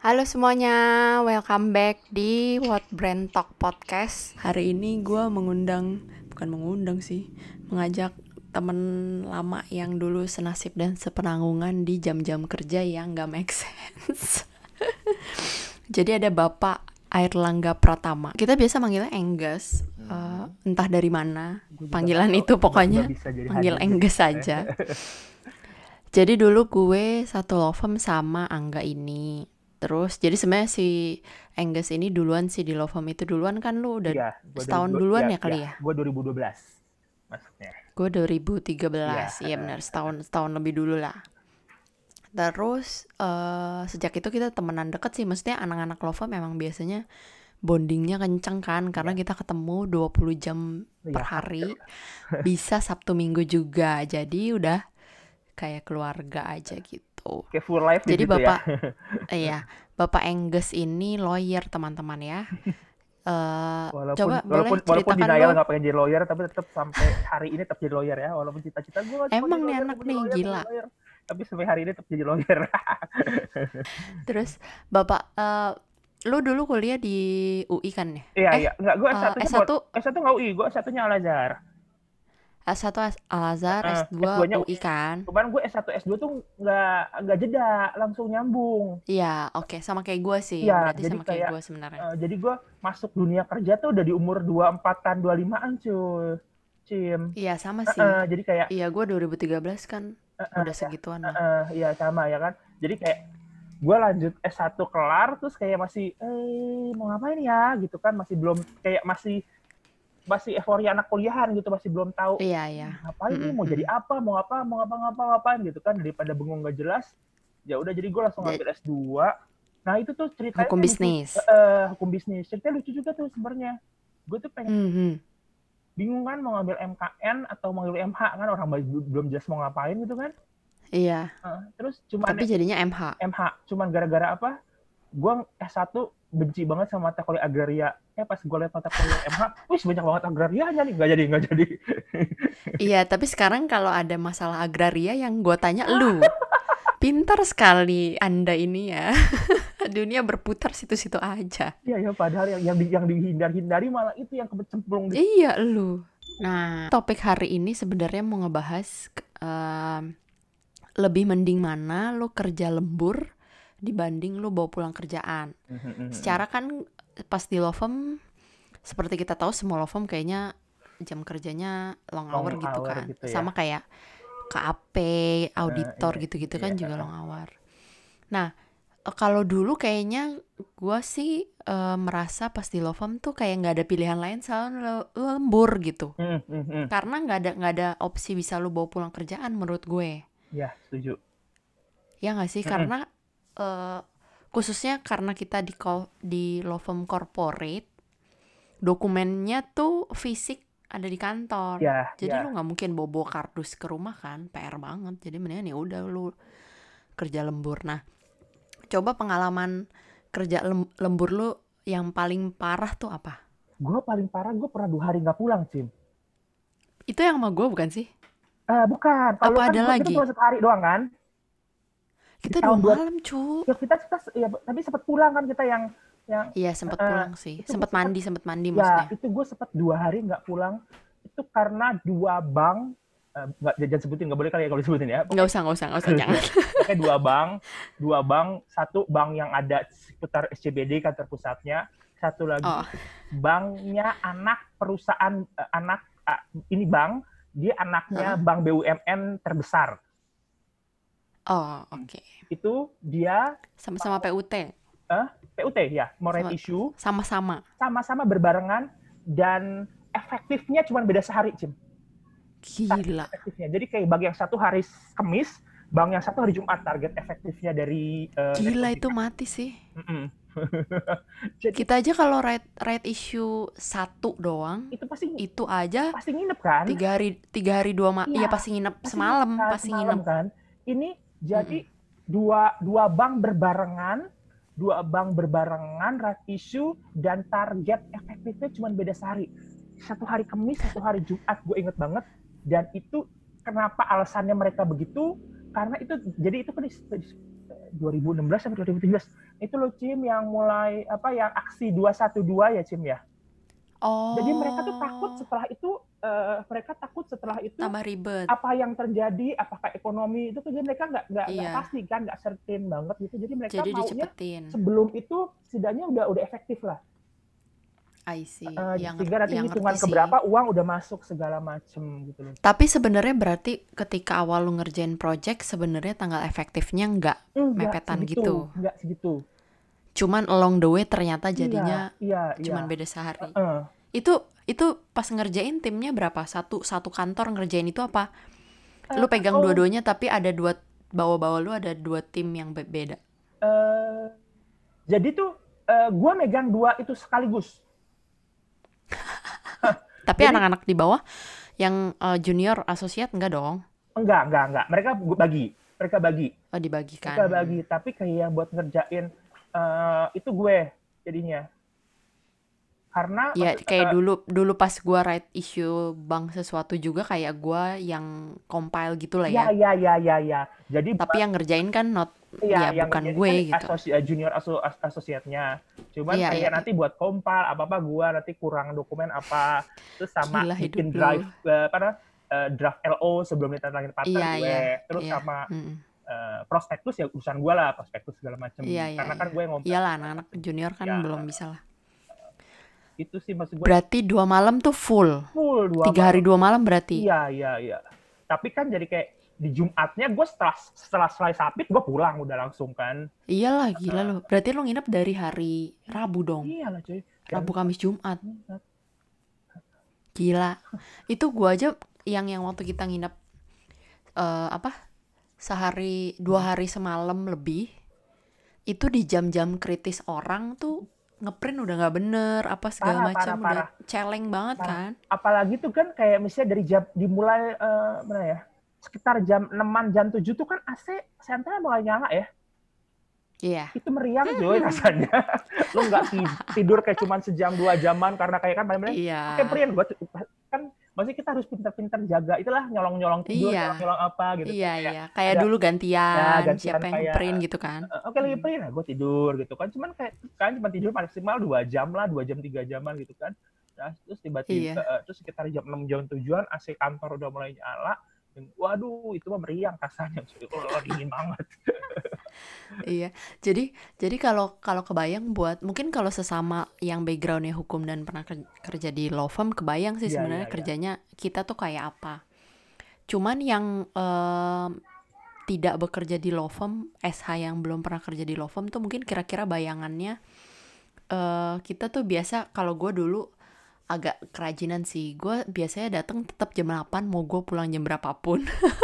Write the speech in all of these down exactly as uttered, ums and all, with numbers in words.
Halo semuanya, welcome back di What Brand Talk Podcast. Hari ini gue mengundang, bukan mengundang sih, mengajak temen lama yang dulu senasib dan sepenanggungan di jam-jam kerja yang gak make sense. Jadi ada Bapak Airlangga Pratama. Kita biasa manggilnya Enggas, Hmm. uh, entah dari mana Gue juga panggilan nggak tahu, itu, tiba-tiba pokoknya bisa jadi panggil hadir Enggas gitu. saja. Jadi dulu gue satu law firm sama Angga ini. Terus jadi sebenarnya si Enggas ini duluan sih di law firm itu duluan kan, lu udah Iya, gue setahun dua ribu dua, duluan ya, ya ya, kali ya? gue dua ribu dua belas masuknya. Gue dua ribu tiga Iya, belas, iya benar, eh, setahun setahun lebih dulu lah. Terus eh, sejak itu kita temenan deket sih, maksudnya anak-anak law firm memang biasanya bondingnya kenceng kan, karena iya, kita ketemu dua puluh jam per iya, hari, bisa Sabtu Minggu juga, jadi udah kayak keluarga aja gitu. kayak full life di Jadi situ ya. Bapak, iya, Bapak Enggas ini lawyer teman-teman ya. Eh, Walaupun coba walaupun boleh walaupun ceritakan denial lu, nggak pengen jadi lawyer, tapi tetap sampai hari ini tetap jadi lawyer ya. Walaupun cita-cita gue nggak mau emang jadi nih lawyer, gue anak mau jadi nih lawyer, mau gila. jadi lawyer. Tapi sampai hari ini tetap jadi lawyer. Terus Bapak, eh, lu dulu kuliah di U I kan ya? Iya, Eh, iya. Nggak, gue eh, S satu-nya S buat satu S satu nggak U I, gue S satu-nya Al Azhar. S satu Al-Azhar, Uh, S dua S dua-nya U I. U I kan? Cuman gue S satu S dua tuh nggak nggak jeda, langsung nyambung. Iya, oke, sama kayak gue sih. Iya, Berarti jadi sama kayak kayak gue sebenarnya. uh, jadi gue masuk dunia kerja tuh udah di umur dua puluh empatan, dua puluh limaan cuy. Cim. Iya, sama Uh, sih. uh, jadi kayak Iya, gue dua ribu tiga belas kan uh, uh, udah ya, segituan uh, mah. uh, ya sama ya kan. Jadi kayak gue lanjut S satu kelar terus kayak masih eh mau ngapain ya gitu kan, masih belum kayak masih masih euforia anak kuliahan gitu, masih belum tahu Iya, iya. ngapain nih, Mm-mm, mau jadi mm-mm. apa, mau apa, mau apa ngapa ngapain gitu kan, daripada bengong gak jelas. Ya udah, jadi gue langsung Ja- ngambil S dua. Nah, itu tuh Hukum ceritanya lucu, bisnis. uh, hukum bisnis. Ceritanya lucu juga tuh sebenarnya. Gue tuh pengen Mhm. bingung kan mau ngambil M K N atau mau ngambil M H kan, orang belum jelas mau ngapain gitu kan. Iya, Uh, terus cuman tapi jadinya M H. M H, cuman gara-gara apa? Gue S satu benci banget sama mata kuliah agraria. Eh pas gue liat mata kuliah M H, wih banyak banget agrarianya nih, nggak jadi nggak jadi. Iya, tapi sekarang kalau ada masalah agraria yang gue tanya lu. Pintar sekali Anda ini ya. Dunia berputar situ-situ aja. Iya ya, padahal yang yang, di, yang dihindar-hindari malah itu yang kecemplung di. Iya, lu. Nah, topik hari ini sebenarnya mau ngebahas um, lebih mending mana lu kerja lembur dibanding lu bawa pulang kerjaan. Secara kan pas di law firm, seperti kita tahu semua law firm kayaknya jam kerjanya long Long hour gitu hour kan. gitu ya. Sama kayak K A P, auditor iya, gitu-gitu iya. kan juga long hour. Nah, eh, kalau dulu kayaknya gue sih eh, merasa pas di law firm tuh kayak nggak ada pilihan lain selain le- lembur gitu. Hmm, hmm, hmm. Karena nggak ada nggak ada opsi bisa lu bawa pulang kerjaan menurut gue. Ya, setuju. Ya nggak sih? Hmm, Karena eh, khususnya karena kita di call, di law firm corporate, dokumennya tuh fisik ada di kantor. Ya, Jadi ya. lu nggak mungkin bawa kardus ke rumah kan, P R banget. Jadi mendingan ya udah lu kerja lembur. Nah, coba pengalaman kerja lem- lembur lu yang paling parah tuh apa? Gue paling parah, gue pernah dua hari nggak pulang, Cim. Itu yang sama gue bukan sih? Uh, bukan, kalau Apa kan ada gue kita lagi? cuma satu hari doang kan. Di Kita dua tahun dua, malam cu. ya kita kita ya, tapi sempat pulang kan kita yang yang Iya sempat uh, pulang sih. itu Sempat sempet, mandi, sempat mandi ya maksudnya. itu gue sempat dua hari nggak pulang. Itu karena dua bank, uh, nggak jangan sebutin, nggak boleh kali ya kalau disebutin ya. Nggak usah, nggak usah, nggak usah, jangan. Oke, dua bank, dua bank, satu bank yang ada seputar S C B D kantor pusatnya, satu lagi Oh, banknya anak perusahaan uh, anak uh, ini bank, dia anaknya heeh. bank B U M N terbesar. Oh, oke. Itu dia Sama-sama P U T. uh, P U T ya, mau right Sama- issue, Sama-sama. sama-sama berbarengan dan efektifnya cuma beda sehari, Cim. Gila. Efektifnya. Jadi kayak bank yang satu hari Kamis, bank yang satu hari Jumat target efektifnya dari uh, Gila itu mati sih. Jadi Kita aja kalau right right issue satu doang, itu pasti itu aja pasti nginep kan? tiga hari tiga hari dua malam. Iya Iya, pasti nginep pasti semalam, nginep kan, pasti semalam nginep. kan. Ini jadi Mm-mm. dua dua bank berbarengan, dua bank berbarengan right issue dan target efektifnya cuma beda sehari. Satu hari Kamis, satu hari Jumat, gue inget banget. Dan itu kenapa alasannya mereka begitu? Karena itu jadi itu kan dua ribu enam belas sampai dua ribu tujuh belas itu loh Cim yang mulai apa yang aksi dua satu dua ya Cim ya. Oh. Jadi mereka tuh takut setelah itu uh, mereka takut setelah itu tambah ribet. Apa yang terjadi, apakah ekonomi itu tuh jadi mereka nggak nggak Iya. pasti kan, nggak certain banget gitu. Jadi mereka jadi maunya dicepetin. sebelum itu setidaknya udah udah efektif lah. I see. Uh, yang sehingga nanti yang hitungan keberapa uang udah masuk segala macem gitu loh. Tapi sebenarnya berarti ketika awal lu ngerjain project sebenarnya tanggal efektifnya nggak mepetan segitu, gitu. Nggak segitu. Cuman along the way ternyata jadinya iya, iya, cuman iya. beda sehari. Uh, uh. Itu itu pas ngerjain timnya berapa? Satu satu kantor ngerjain itu apa? Lu pegang uh, oh. dua-duanya tapi ada dua bawa-bawa lu ada dua tim yang beda. Uh, jadi tuh uh, gue megang dua itu sekaligus. Tapi jadi, anak-anak di bawah yang uh, junior associate enggak dong? Enggak, enggak, enggak. Mereka bagi, mereka bagi. Oh, dibagikan. Mereka bagi, tapi kayak yang buat ngerjain uh, itu gue jadinya. Karena ya maksud, kayak uh, dulu dulu pas gue write issue bank sesuatu juga kayak gue yang compile gitu lah ya. Ya, ya, ya, ya, ya. Jadi tapi yang ngerjain kan not ya, ya bukan gue kan gitu. Asosi, junior aso, as, asosiatnya. Cuman ya, kayak ya, nanti buat compile apa-apa gue nanti kurang dokumen apa terus sama Gila, bikin drive uh, apa uh, draft L O sebelum ditandatangani partner iya, gue. Iya, terus iya. sama hmm. uh, prospektus ya urusan gue lah, prospektus segala macam. Iya, iya, Karena iya. kan gue ngomong. Iyalah anak-anak junior kan ya. belum bisa lah. Itu sih maksud gue. Berarti dua malam tuh full. Full dua Tiga malam. hari dua malam berarti. Iya, iya, iya. Tapi kan jadi kayak di Jumatnya gue setelah setelah selesai submit gue pulang udah langsung kan. Iyalah gila uh, lo. Berarti lo nginep dari hari Rabu dong. Iyalah cuy. Rabu Kamis Jumat. Gila. Itu gue aja yang yang waktu kita nginep uh, apa sehari dua hari semalam lebih itu di jam-jam kritis orang tuh ngeprint udah nggak bener apa segala macam udah celeng banget parah. Kan. Apalagi tuh kan kayak misalnya dari jam dimulai uh, mana ya? Sekitar jam enaman jam tujuh tuh kan A C sentralnya mulai nyala ya. Iya. Itu meriang coy rasanya. Lu nggak tidur kayak cuma sejam dua jaman karena kayak kan benar-benar iya. kayak meriang buat kan maksudnya kita harus pintar-pintar jaga itulah nyolong-nyolong tidur, iya. nyolong-nyolong apa gitu. Iya, kayak, iya. Kayak ada, dulu gantian, ya, gantian siapa yang kayak, print gitu kan. Oke, okay, lagi print lah, gue tidur gitu kan. Cuman kayak kan cuma tidur maksimal dua jam lah, dua jam tiga jaman gitu kan. Nah, terus tiba-tiba iya. uh, terus sekitar jam enam jam tujuan A C kantor udah mulai nyala. Waduh, itu mah meriang rasanya. Oh, dingin banget. Iya, jadi jadi kalau kalau kebayang buat mungkin kalau sesama yang backgroundnya hukum dan pernah kerja di law firm kebayang sih yeah, sebenarnya yeah, kerjanya yeah. kita tuh kayak apa. Cuman yang um, tidak bekerja di law firm, S H yang belum pernah kerja di law firm tuh mungkin kira-kira bayangannya uh, kita tuh biasa kalau gue dulu agak kerajinan sih. Gue biasanya datang tetap jam delapan mau gue pulang jam berapapun.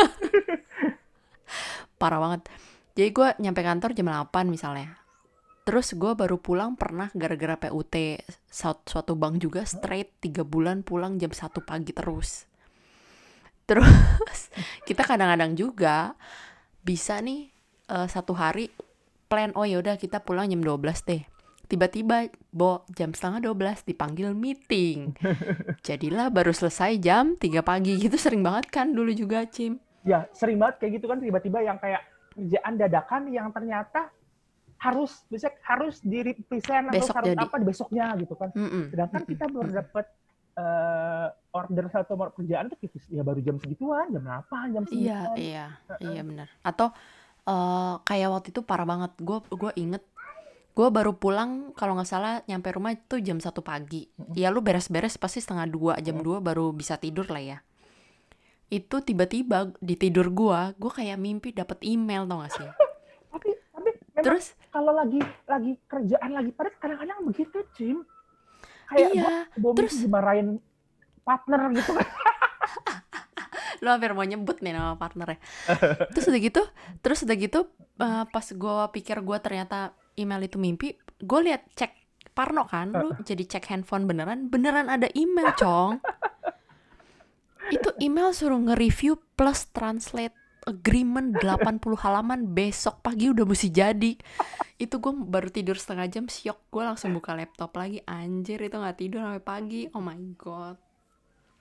Parah banget. Jadi gue nyampe kantor jam delapan misalnya. Terus gue baru pulang pernah gara-gara P U T suatu bank juga straight tiga bulan pulang jam satu pagi terus. Terus kita kadang-kadang juga bisa nih uh, satu hari plan oh yaudah kita pulang jam dua belas deh. Tiba-tiba Bo jam setengah dua belas dipanggil meeting. Jadilah baru selesai jam tiga pagi gitu sering banget kan dulu juga Cim. Ya sering banget kayak gitu kan tiba-tiba yang kayak kerjaan dadakan yang ternyata harus bisa harus di represent atau harus jadi. Apa di besoknya gitu kan. Mm-mm. Sedangkan Mm-mm. kita baru dapat uh, order satu nomor kerjaan itu ya baru jam segituan, jam delapan, jam sembilan. Iya, iya, uh-uh. iya benar. Atau uh, kayak waktu itu parah banget. Gue gue inget gue baru pulang kalau nggak salah nyampe rumah itu jam satu pagi. Mm-hmm. Ya lu beres-beres pasti setengah dua, jam mm-hmm. dua baru bisa tidur lah ya. Itu tiba-tiba di tidur gue, gue kayak mimpi dapet email tau gak sih? tapi tapi memang terus kalau lagi lagi kerjaan lagi padat kadang-kadang begitu Cim. Kayak iya, gue terus dimarahin partner gitu kan. Lo hampir mau nyebut nih nama partnernya. Terus udah gitu, terus udah gitu uh, pas gue pikir gue ternyata email itu mimpi, gue liat cek Parno kan, lu jadi cek handphone beneran, beneran ada email cong. Itu email suruh nge-review plus translate agreement delapan puluh halaman besok pagi udah mesti jadi. Itu gue baru tidur setengah jam syok, gue langsung buka laptop lagi, anjir itu gak tidur sampai pagi, oh my god.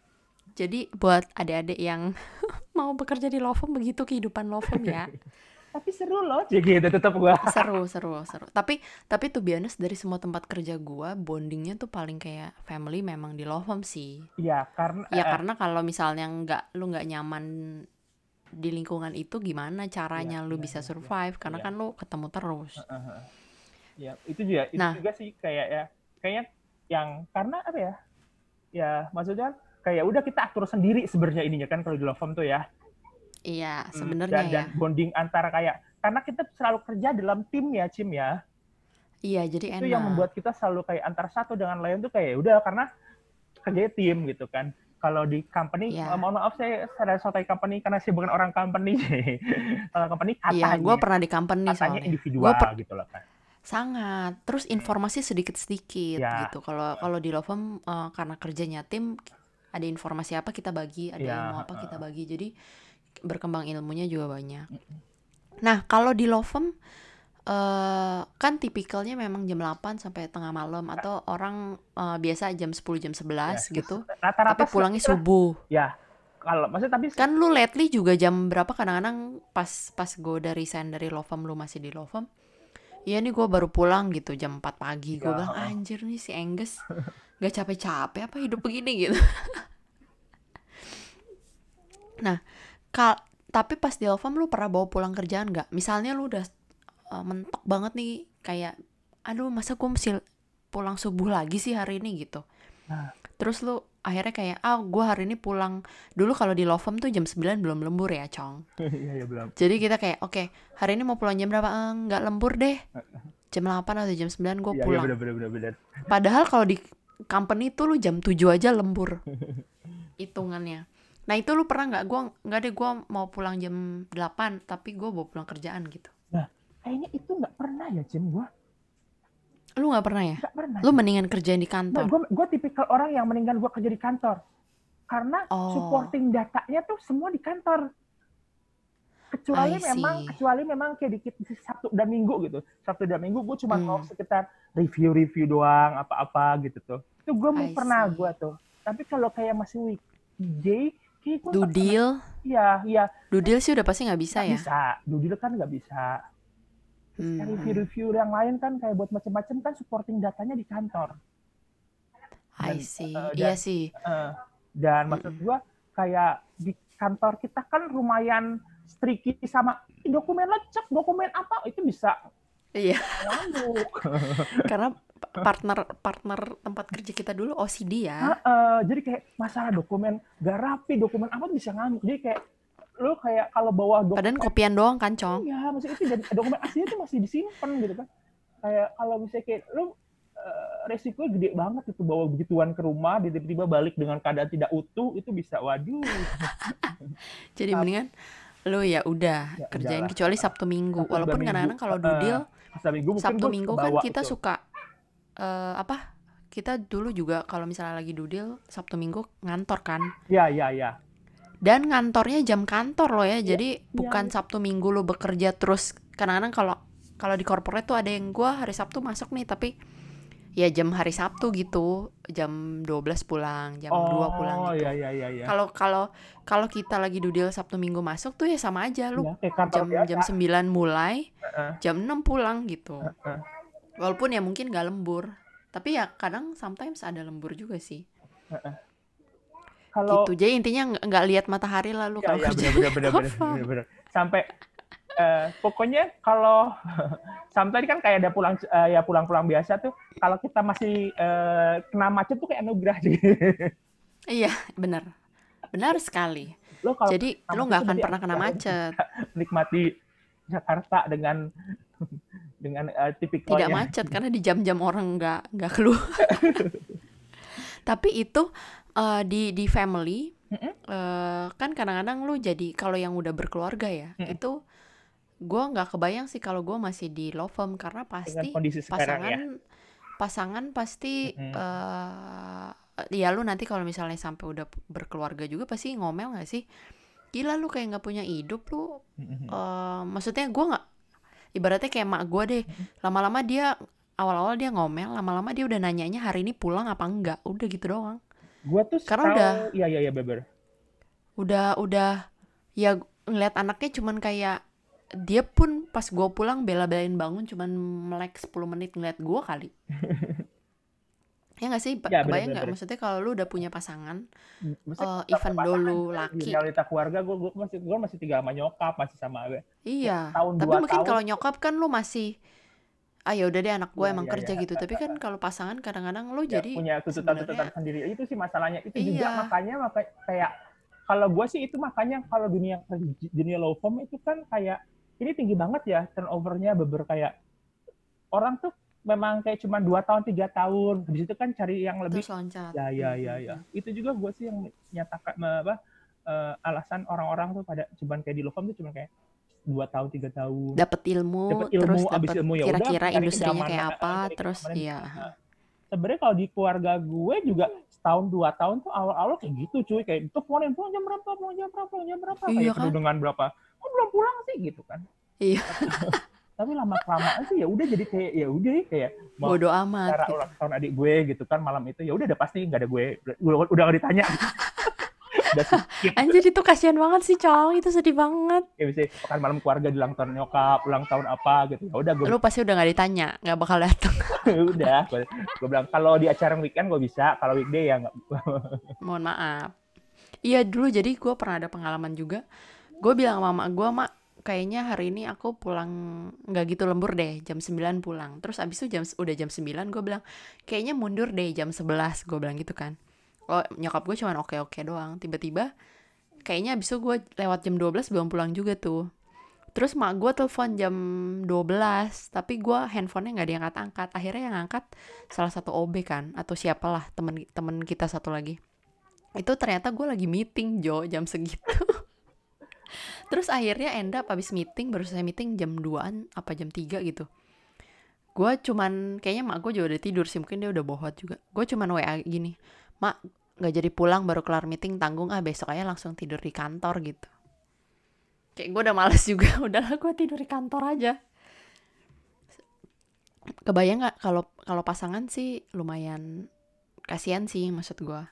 Jadi buat adik-adik yang mau bekerja di law firm begitu kehidupan law firm ya. tapi seru loh, cik gitu tetap gue. Seru, seru, seru. Tapi tapi tuh biasa dari semua tempat kerja gua, bondingnya tuh paling kayak family memang di law firm sih. Iya, karena Ya eh, karena kalau misalnya nggak lu nggak nyaman di lingkungan itu, gimana iya, caranya lu iya, bisa iya, iya, survive? Karena iya. kan lu ketemu terus. Heeh. Ya, itu juga itu Nah, juga sih kayak ya kayaknya yang karena apa ya? Ya, maksudnya kayak udah kita atur sendiri sebenarnya ininya kan kalau di law firm tuh ya. iya Hmm, sebenarnya dan dan ya. bonding antara kayak karena kita selalu kerja dalam tim ya, Cim ya. Iya, jadi Itu yang enak. membuat kita selalu kayak antara satu dengan lain tuh kayak ya udah karena kerja tim gitu kan. Kalau di company, eh, Iya. mohon maaf saya saya sotai company karena saya bukan orang company. Kalau company Iya, gue katanya pernah di company katanya soalnya. Gue individual per- gitu loh kan. sangat. Terus informasi sedikit-sedikit Ya, gitu. Kalau kalau di law firm eh, karena kerjanya tim, ada informasi apa kita bagi, ada ilmu ya, apa kita bagi. Jadi berkembang ilmunya juga banyak. Nah, kalau di law firm eh kan tipikalnya memang jam delapan sampai tengah malam, atau orang eh, biasa jam sepuluh jam ya sebelas gitu. rata-rata Tapi pulangnya itulah. subuh. Ya, kalau maksudnya tapi Kan lu lately juga jam berapa, kadang-kadang pas pas gue dari resign dari law firm, lu masih di law firm. Iya nih gue baru pulang gitu jam empat pagi. Gue bilang ya, anjir nih si Engges gak capek-capek apa hidup begini gitu. Nah, kal tapi pas di law firm lu pernah bawa pulang kerjaan gak? Misalnya lu udah uh, mentok banget nih, kayak aduh masa gue mesti pulang subuh lagi sih hari ini gitu. nah, Terus lu akhirnya kayak ah gue hari ini pulang. Dulu kalau di law firm tuh jam sembilan belum lembur ya Cong. iya ya belum. Jadi kita kayak oke okay, hari ini mau pulang jam berapa? Eh, nggak lembur deh, jam delapan atau jam sembilan gue Iya, iya pulang. benar benar benar benar. Padahal kalau di company tuh lu jam tujuh aja lembur hitungannya. Nah itu lu pernah nggak? Gue nggak deh, gue mau pulang jam delapan tapi gue bawa pulang kerjaan gitu. Nah, kayaknya itu nggak pernah ya, Cim, gua. Lu nggak pernah ya? Nggak pernah. Lu mendingan kerjain di Nah, kantor. gue gue tipikal orang yang mendingan gue kerja di kantor. Karena Oh, supporting datanya tuh semua di kantor. Kecuali I memang see. kecuali memang kayak dikit Sabtu dan Minggu gitu. Sabtu dan Minggu gue cuma mau Hmm, sekitar review-review doang apa-apa gitu tuh. Itu gue mau I pernah see. gue tuh. Tapi kalau kayak masih weekday, kayak gue nggak sama. Dudil, Iya, iya. dudil sih udah pasti nggak bisa Nggak ya. bisa. Dudil kan nggak bisa. Terus kayak Hmm, review-review yang lain kan kayak buat macam-macam kan supporting datanya di kantor. Dan I see. eh, Iya dan sih. eh, dan maksud Mm-mm. gue kayak di kantor kita kan lumayan tricky sama dokumen lecek, dokumen apa itu bisa Iya, ngamuk. karena partner partner tempat kerja kita dulu O C D ya. Heeh, jadi kayak masalah dokumen gak rapi, dokumen apa tuh bisa ngamuk. Jadi kayak lu kayak kalau bawa Padahal dokumen, kopian doang kan, Cong? iya maksudnya itu jadi dokumen aslinya tuh masih disimpan gitu kan. Kayak kalau misalnya kayak lu eh, resikonya gede banget itu bawa begituan ke rumah, tiba-tiba balik dengan keadaan tidak utuh, itu bisa waduh. Jadi mendingan lu ya udah Ya kerjain udahlah. kecuali Sabtu Minggu. Sabtu dua Walaupun minggu, kadang-kadang kalau eh, dudil Sabtu minggu mungkin Sabtu gue Minggu kan kebawa kita itu. suka eh, apa? Kita dulu juga kalau misalnya lagi dudil Sabtu Minggu ngantor kan. Iya, iya, iya. Dan ngantornya jam kantor loh ya. Iya, Jadi iya, bukan iya. Sabtu Minggu lu bekerja terus. Kadang-kadang kalau kalau di corporate tuh ada yang gua hari Sabtu masuk nih, tapi ya jam hari Sabtu gitu, jam dua belas pulang, jam dua pulang Oh, gitu. iya, iya, iya, iya. Kalau kalau kalau kita lagi dudil Sabtu Minggu masuk tuh ya sama aja, lu Iya, kayak kantor jam biasa. jam sembilan mulai, Heeh, jam enam pulang gitu. heeh, Walaupun ya mungkin gak lembur, tapi ya kadang sometimes ada lembur juga sih. heeh. Kalau Gitu. Jadi intinya nggak nggak lihat matahari lah lu ya, kalau ya kerja benar di benar benar benar lapangan. benar benar. Sampai eh, pokoknya kalau sampai kan kayak ada pulang eh, ya pulang-pulang biasa tuh kalau kita masih eh, kena macet tuh kayak anugerah sih. Iya, benar. Benar sekali. Lo kalau Jadi kena lu macet nggak tuh akan jadi pernah kena anugerah. macet. Nikmati Jakarta dengan dengan eh, Tidak tipikalnya. macet karena di jam-jam orang nggak nggak keluar. Tapi itu eh, di di family Mm-mm, eh, kan kadang-kadang lu jadi kalau yang udah berkeluarga ya, mm-mm. itu gue nggak kebayang sih kalau gue masih di law firm, karena Dengan pasti kondisi sekarang pasangan ya. pasangan pasti Mm-mm. eh ya lu nanti kalau misalnya sampai udah berkeluarga juga pasti ngomel nggak sih? Gila lu kayak nggak punya hidup lu. Mm-mm. Eh, maksudnya gue nggak, ibaratnya kayak mak gue deh, lama-lama dia awal-awal dia ngomel, lama-lama dia udah nanyanya hari ini pulang apa enggak, udah gitu doang. Gua tuh Karena tahu, udah iya iya iya beber. udah udah ya ngeliat anaknya cuman kayak dia pun pas gue pulang bela-belain bangun cuman melek sepuluh menit ngeliat gue kali. Ya nggak sih, Ya kebayang nggak? benar-benar. Maksudnya kalau lu udah punya pasangan, Maksudnya uh, kalau even pasangan dulu kan di laki, realita keluarga gue gue masih gue masih tinggal sama nyokap, masih sama gue. Kayak iya. tahun Tapi dua mungkin tahun kalau nyokap kan lu masih, ah ya udah deh anak gue Iya, emang iya, kerja iya. gitu. Tapi kan kalau pasangan kadang-kadang lu Ya, jadi punya tuntutan-tuntutan sebenarnya sendiri. Itu sih masalahnya. Itu juga iya, makanya maka, kayak kalau gue sih itu makanya kalau dunia dunia law firm itu kan kayak ini tinggi banget ya turnovernya, beber kayak orang tuh memang kayak cuma dua tahun tiga tahun. Habis itu kan cari yang lebih. terus loncat. Ya, ya, ya, ya. Itu juga gue sih yang nyatakan apa uh, alasan orang-orang tuh pada cuman kayak di law firm tuh cuma kayak dua tahun tiga tahun Dapat ilmu, dapat ilmu, terus abis dapat ilmu ya udah kira-kira cari industrinya kayak kenyamanan, apa, cari terus kenyamanan. iya. Sebenarnya kalau di keluarga gue juga setahun dua tahun tuh awal-awal kayak gitu cuy, kayak itu pulang pulang jam berapa, pulang jam berapa, pulang jam berapa, Iya kayak penuh kan? dengan berapa, kok belum pulang sih gitu kan. Iya, Tapi lama kelamaan sih ya udah jadi kayak ya udah kayak mau bodo amat cara gitu. ulang tahun adik gue gitu kan malam itu ya udah udah pasti nggak ada gue, udah udah nggak ditanya. Udah skip. Anjir itu kasihan banget sih, Cong. Itu sedih banget. Ya bisa makan malam keluarga di ulang tahun nyokap, ulang tahun apa gitu. Ya udah gue Lu pasti udah gak ditanya, gak bakal datang. udah gue, gue bilang kalau di acara weekend gue bisa, kalau weekday ya nggak. Mohon maaf. Iya dulu jadi gue pernah ada pengalaman juga. Gue bilang sama mama gue, mak kayaknya hari ini aku pulang nggak gitu lembur deh, jam sembilan pulang. Terus abis itu jam udah jam sembilan gue bilang kayaknya mundur deh jam sebelas, gue bilang gitu kan. Oh nyokap gue cuman oke-oke doang. Tiba-tiba kayaknya abis itu gue lewat jam dua belas belum pulang juga tuh. Terus mak gue telepon jam dua belas, tapi gue handphonenya nggak diangkat-angkat. Akhirnya yang angkat salah satu O B kan, atau siapalah temen temen kita satu lagi. Itu ternyata gue lagi meeting Jo jam segitu. Terus akhirnya end up abis meeting, baru selesai meeting jam duaan apa jam tiga gitu. Gue cuman, kayaknya mak gue juga udah tidur sih, mungkin dia udah bohot juga. Gue cuman W A gini, mak gak jadi pulang baru kelar meeting, tanggung ah besok aja langsung tidur di kantor gitu. Kayak gue udah males juga, udahlah gue tidur di kantor aja. Kebayang gak kalau kalau pasangan sih lumayan kasihan sih maksud gue.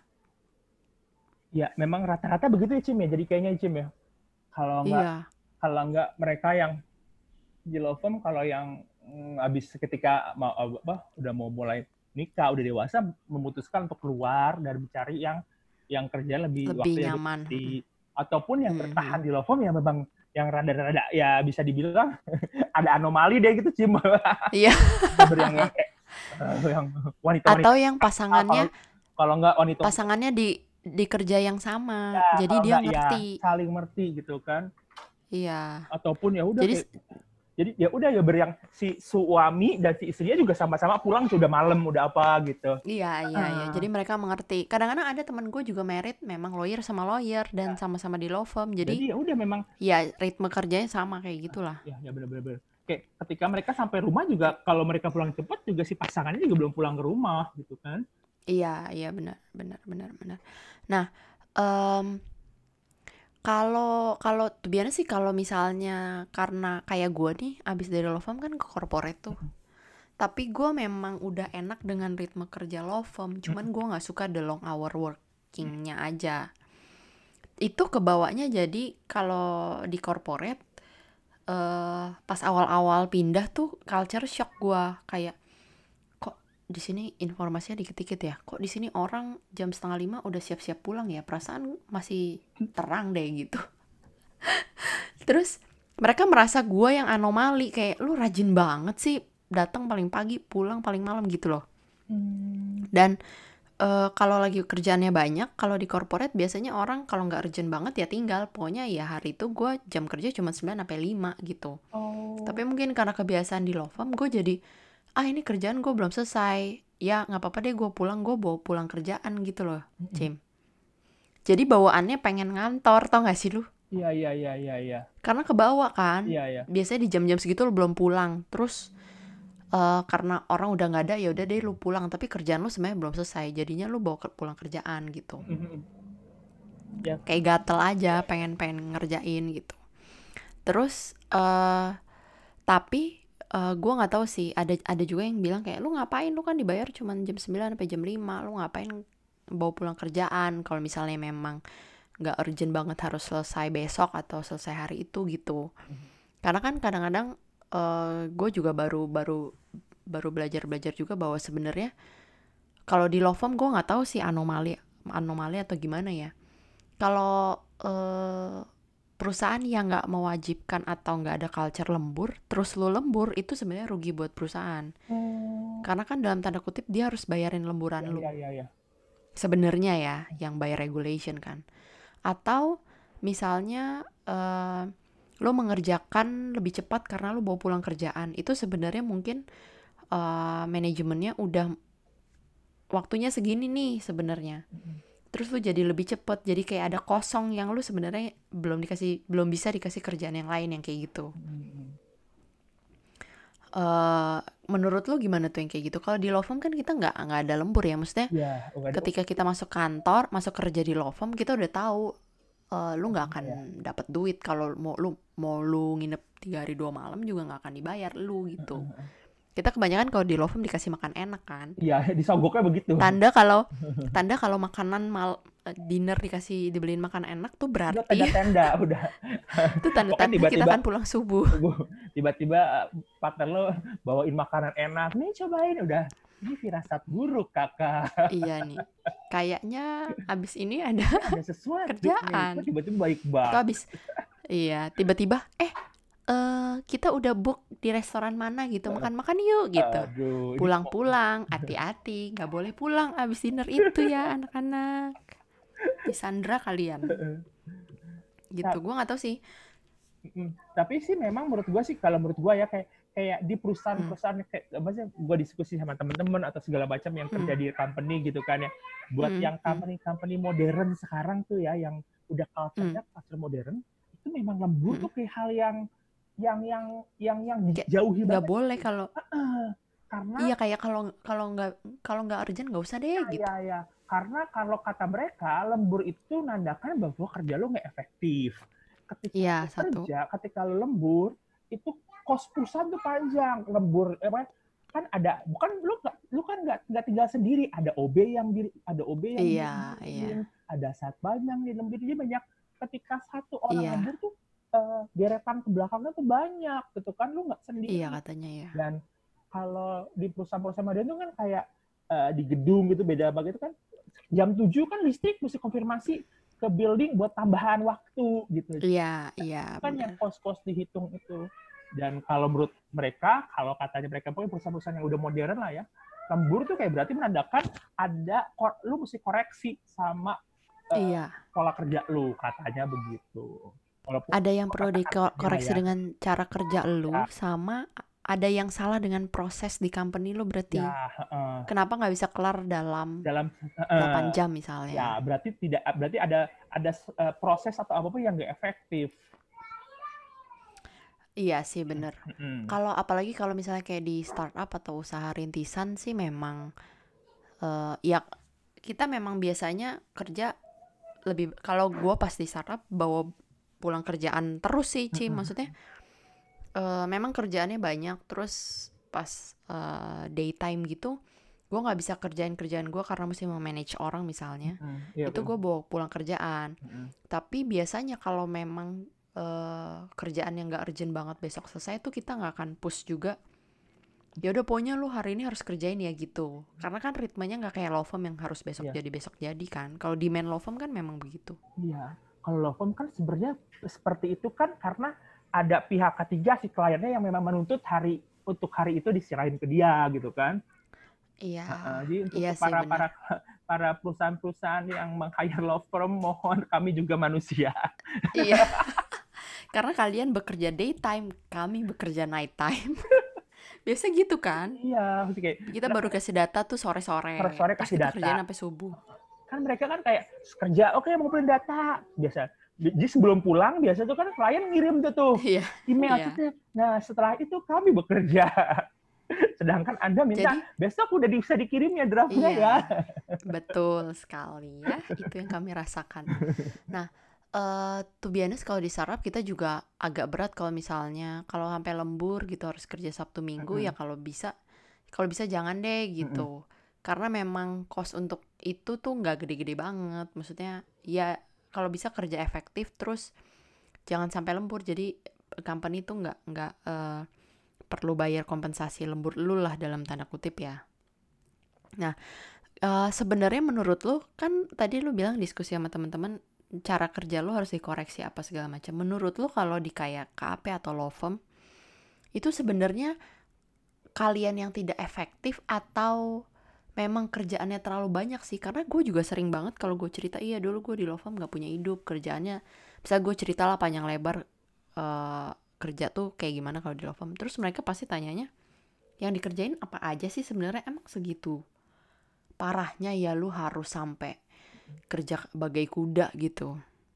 Ya memang rata-rata begitu ya Cim ya, jadi kayaknya Cim ya. Kalau enggak, Iya. kalau enggak mereka yang di law firm, kalau yang mm, habis ketika mau apa udah mau mulai nikah, udah dewasa, memutuskan untuk keluar dan mencari yang yang kerja lebih, Lebih waktu yang nyaman. lebih, ataupun yang Hmm. bertahan di law firm ya memang yang rada-rada ya bisa dibilang ada anomali deh gitu Cim. Iya. yang yang kayak uh, yang wanita-wanita Atau yang pasangannya kalau, kalau enggak wanita pasangannya di di kerja yang sama, ya, jadi kalau dia enggak ngerti. ya saling ngerti gitu kan. Iya. Ataupun ya udah Jadi kayak, jadi ya udah ya beriang si suami dan si istrinya juga sama-sama pulang sudah malam udah apa gitu. iya iya iya. Ah. Jadi mereka mengerti. Kadang-kadang ada temen gue juga married, memang lawyer sama lawyer dan sama-sama di law firm. Jadi, Jadi ya udah memang ya ritme kerjanya sama kayak gitulah. ya ya benar-benar. Kayak ketika mereka sampai rumah juga kalau mereka pulang cepat juga si pasangannya juga belum pulang ke rumah gitu kan. Iya iya benar benar benar benar. Nah, em, kalau kalau tuh biasanya sih kalau misalnya karena kayak gue nih abis dari law firm kan ke corporate tuh. Tapi gue memang udah enak dengan ritme kerja law firm. Cuman gue gak suka the long hour workingnya aja. Itu kebawanya jadi kalau di corporate, uh, pas awal-awal pindah tuh culture shock gue. Kayak, kok di sini informasinya dikit-dikit ya? Kok di sini orang jam setengah lima udah siap-siap pulang ya? Perasaan masih terang deh gitu. Terus mereka merasa gue yang anomali. Kayak, lu rajin banget sih. Datang paling pagi, pulang paling malam gitu loh. Hmm. Dan uh, kalau lagi kerjaannya banyak, kalau di corporate biasanya orang kalau nggak urgent banget ya tinggal. Pokoknya ya hari itu gue jam kerja cuma sembilan sampai lima gitu. Oh. Tapi mungkin karena kebiasaan di law firm, gue jadi, ah ini kerjaan gue belum selesai. Ya nggak apa-apa deh gue pulang, gue bawa pulang kerjaan gitu loh, mm-hmm. Cim. Jadi bawaannya pengen ngantor, tau gak sih lu? Iya, iya, iya, iya, iya. Karena kebawa kan. Iya, iya. Biasanya di jam-jam segitu lu belum pulang. Terus Uh, karena orang udah nggak ada ya udah deh lu pulang, tapi kerjaan lu sebenarnya belum selesai, jadinya lu bawa ke, pulang kerjaan gitu. Mm-hmm. Yeah. Kayak gatel aja, pengen pengen ngerjain gitu. Terus uh, tapi uh, gue nggak tahu sih, ada ada juga yang bilang kayak lu ngapain, lu kan dibayar cuma jam sembilan sampai jam lima, lu ngapain bawa pulang kerjaan kalau misalnya memang nggak urgent banget harus selesai besok atau selesai hari itu gitu. Mm-hmm. Karena kan kadang-kadang uh, gue juga baru baru baru belajar-belajar juga bahwa sebenarnya kalau di law firm gue nggak tahu sih anomali anomali atau gimana ya. Kalau uh, perusahaan yang nggak mewajibkan atau nggak ada culture lembur, terus lu lembur, itu sebenarnya rugi buat perusahaan. Hmm. Karena kan dalam tanda kutip dia harus bayarin lemburan Ya, lu. ya, ya, ya. Sebenarnya ya, yang by regulation kan. Atau misalnya uh, lo mengerjakan lebih cepat karena lo bawa pulang kerjaan, itu sebenarnya mungkin uh, manajemennya udah waktunya segini nih sebenarnya, terus lo jadi lebih cepat, jadi kayak ada kosong yang lo sebenarnya belum dikasih belum bisa dikasih kerjaan yang lain yang kayak gitu. Uh, menurut lo gimana tuh yang kayak gitu? Kalau di law firm kan kita nggak nggak ada lembur ya, maksudnya Ya, nggak ada- ketika kita masuk kantor, masuk kerja di law firm, kita udah tahu uh, lu nggak akan Ya. dapat duit kalau mau lu mau lu nginep tiga hari dua malam juga nggak akan dibayar lu gitu. Kita kebanyakan kalau di law firm dikasih makan enak kan. Iya, disogoknya begitu. Tanda kalau tanda kalau makanan mal dinner dikasih dibeliin makan enak tuh Udah berarti tenda-tenda udah. itu tanda-tanda Pokoknya kita tiba-tiba- akan pulang subuh. Tiba-tiba uh, partner lo bawain makanan enak, nih cobain, udah. Ini firasat buruk kakak. Iya nih, kayaknya abis ini ada Ada sesuatu kerjaan. nih, kok tiba-tiba baik Atau banget. abis iya tiba-tiba eh uh, kita udah book di restoran mana gitu, makan-makan yuk gitu. Aduh, ini Pulang-pulang, hati-hati, nggak boleh pulang abis dinner itu ya anak-anak. Disandra kalian. Gitu, gue nggak tahu sih. Mm, tapi sih memang menurut gua sih, kalau menurut gua ya kayak kayak di perusahaan-perusahaan kayak maksudnya gua diskusi sama temen-temen atau segala macam yang kerja Hmm. di company gitu kan ya. Buat Hmm, yang company-company modern sekarang tuh ya, yang udah culture-nya culture modern, itu memang lembur Hmm. tuh kayak hal yang yang yang yang yang Kayak dijauhi nggak banget. boleh kalau Heeh. Karena iya kayak kalau kalau nggak kalau nggak urgent nggak usah deh ya, gitu. ya, ya. Karena kalau kata mereka, lembur itu nandakan bahwa kerja lo nggak efektif. Ketika Iya, lo satu. kerja, ketika lo lembur, itu kos perusahaan tuh panjang. Lembur, apa, kan ada, bukan lu nggak, lu kan nggak nggak tinggal sendiri. Ada O B yang diri, ada O B yang Iya, dilemburin, iya. ada satpam yang dilemburin. Jadi banyak. Ketika satu orang Iya. lembur tuh uh, deretan ke belakangnya tuh banyak, gitu kan, lu nggak sendiri. Iya katanya ya. Dan kalau di perusahaan-perusahaan modern itu kan kayak uh, di gedung gitu beda banget itu kan, jam tujuh kan listrik mesti konfirmasi ke building buat tambahan waktu gitu. Iya, iya. Kan yang kos-kos dihitung itu. Dan kalau menurut mereka, kalau katanya mereka pokoknya perusahaan-perusahaan yang udah modern lah ya, lembur tuh kayak berarti menandakan ada lu mesti koreksi sama uh, iya. pola kerja lu, katanya begitu. Walaupun ada yang perlu dikoreksi ya, dengan cara kerja lu, ya. Sama ada yang salah dengan proses di company lu berarti. Ya, uh, kenapa nggak bisa kelar dalam dalam uh, delapan jam misalnya? Ya, berarti tidak berarti ada ada uh, proses atau apapun yang nggak efektif. Iya sih bener. Mm-hmm. Kalau apalagi kalau misalnya kayak di startup atau usaha rintisan sih memang uh, ya kita memang biasanya kerja lebih, kalau gue pas di startup bawa pulang kerjaan terus sih Ci, maksudnya uh, memang kerjaannya banyak, terus pas uh, daytime gitu gue nggak bisa kerjain kerjaan gue karena mesti memanage orang misalnya, mm-hmm. yeah, itu gue bawa pulang kerjaan, mm-hmm. Tapi biasanya kalau memang uh, kerjaan yang nggak urgent banget besok selesai tuh kita nggak akan push juga. Ya udah pokoknya lu hari ini harus kerjain ya gitu, karena kan ritmenya nggak kayak law firm yang harus besok yeah. jadi besok jadi kan. Kalau di main law firm kan memang begitu. Iya, kalau law firm kan sebenarnya seperti itu kan karena ada pihak ketiga si kliennya yang memang menuntut hari untuk hari itu diserahin ke dia gitu kan. Iya. Uh, jadi untuk iya para, sih, para para perusahaan-perusahaan yang meng-hire law firm, mohon kami juga manusia. Iya. Karena kalian bekerja daytime, kami bekerja nighttime. Biasa gitu kan? Iya, mesti kayak kita baru kasih data tuh sore-sore. Sore-sore kasih kita data. Kerjain sampai subuh. Kan mereka kan kayak kerja, oke okay, mau ngumpulin data biasa. Jadi sebelum pulang biasa tuh kan klien ngirim tuh tuh iya. email. Iya. Tuh. Nah setelah itu kami bekerja. Sedangkan Anda minta jadi, besok udah bisa dikirim ya draftnya iya, ya. Betul sekali ya, itu yang kami rasakan. Nah, uh, to be honest kalau di startup kita juga agak berat kalau misalnya kalau sampai lembur gitu harus kerja Sabtu Minggu, mm-hmm. ya kalau bisa kalau bisa jangan deh gitu. Mm-hmm. Karena memang cost untuk itu tuh nggak gede-gede banget. Maksudnya ya kalau bisa kerja efektif terus jangan sampai lembur. Jadi company tuh nggak nggak uh, perlu bayar kompensasi lembur lu lah dalam tanda kutip ya. Nah, uh, sebenarnya menurut lu kan tadi lu bilang diskusi sama teman-teman cara kerja lu harus dikoreksi apa segala macam. Menurut lu kalau di kayak K A P atau law firm itu sebenarnya kalian yang tidak efektif atau memang kerjaannya terlalu banyak sih? Karena gue juga sering banget kalau gue cerita, iya dulu gue di law firm gak punya hidup, kerjaannya bisa gue cerita lah panjang lebar uh, kerja tuh kayak gimana kalau di law firm. Terus mereka pasti tanyanya, yang dikerjain apa aja sih sebenarnya, emang segitu parahnya ya lu harus sampai kerja bagai kuda gitu?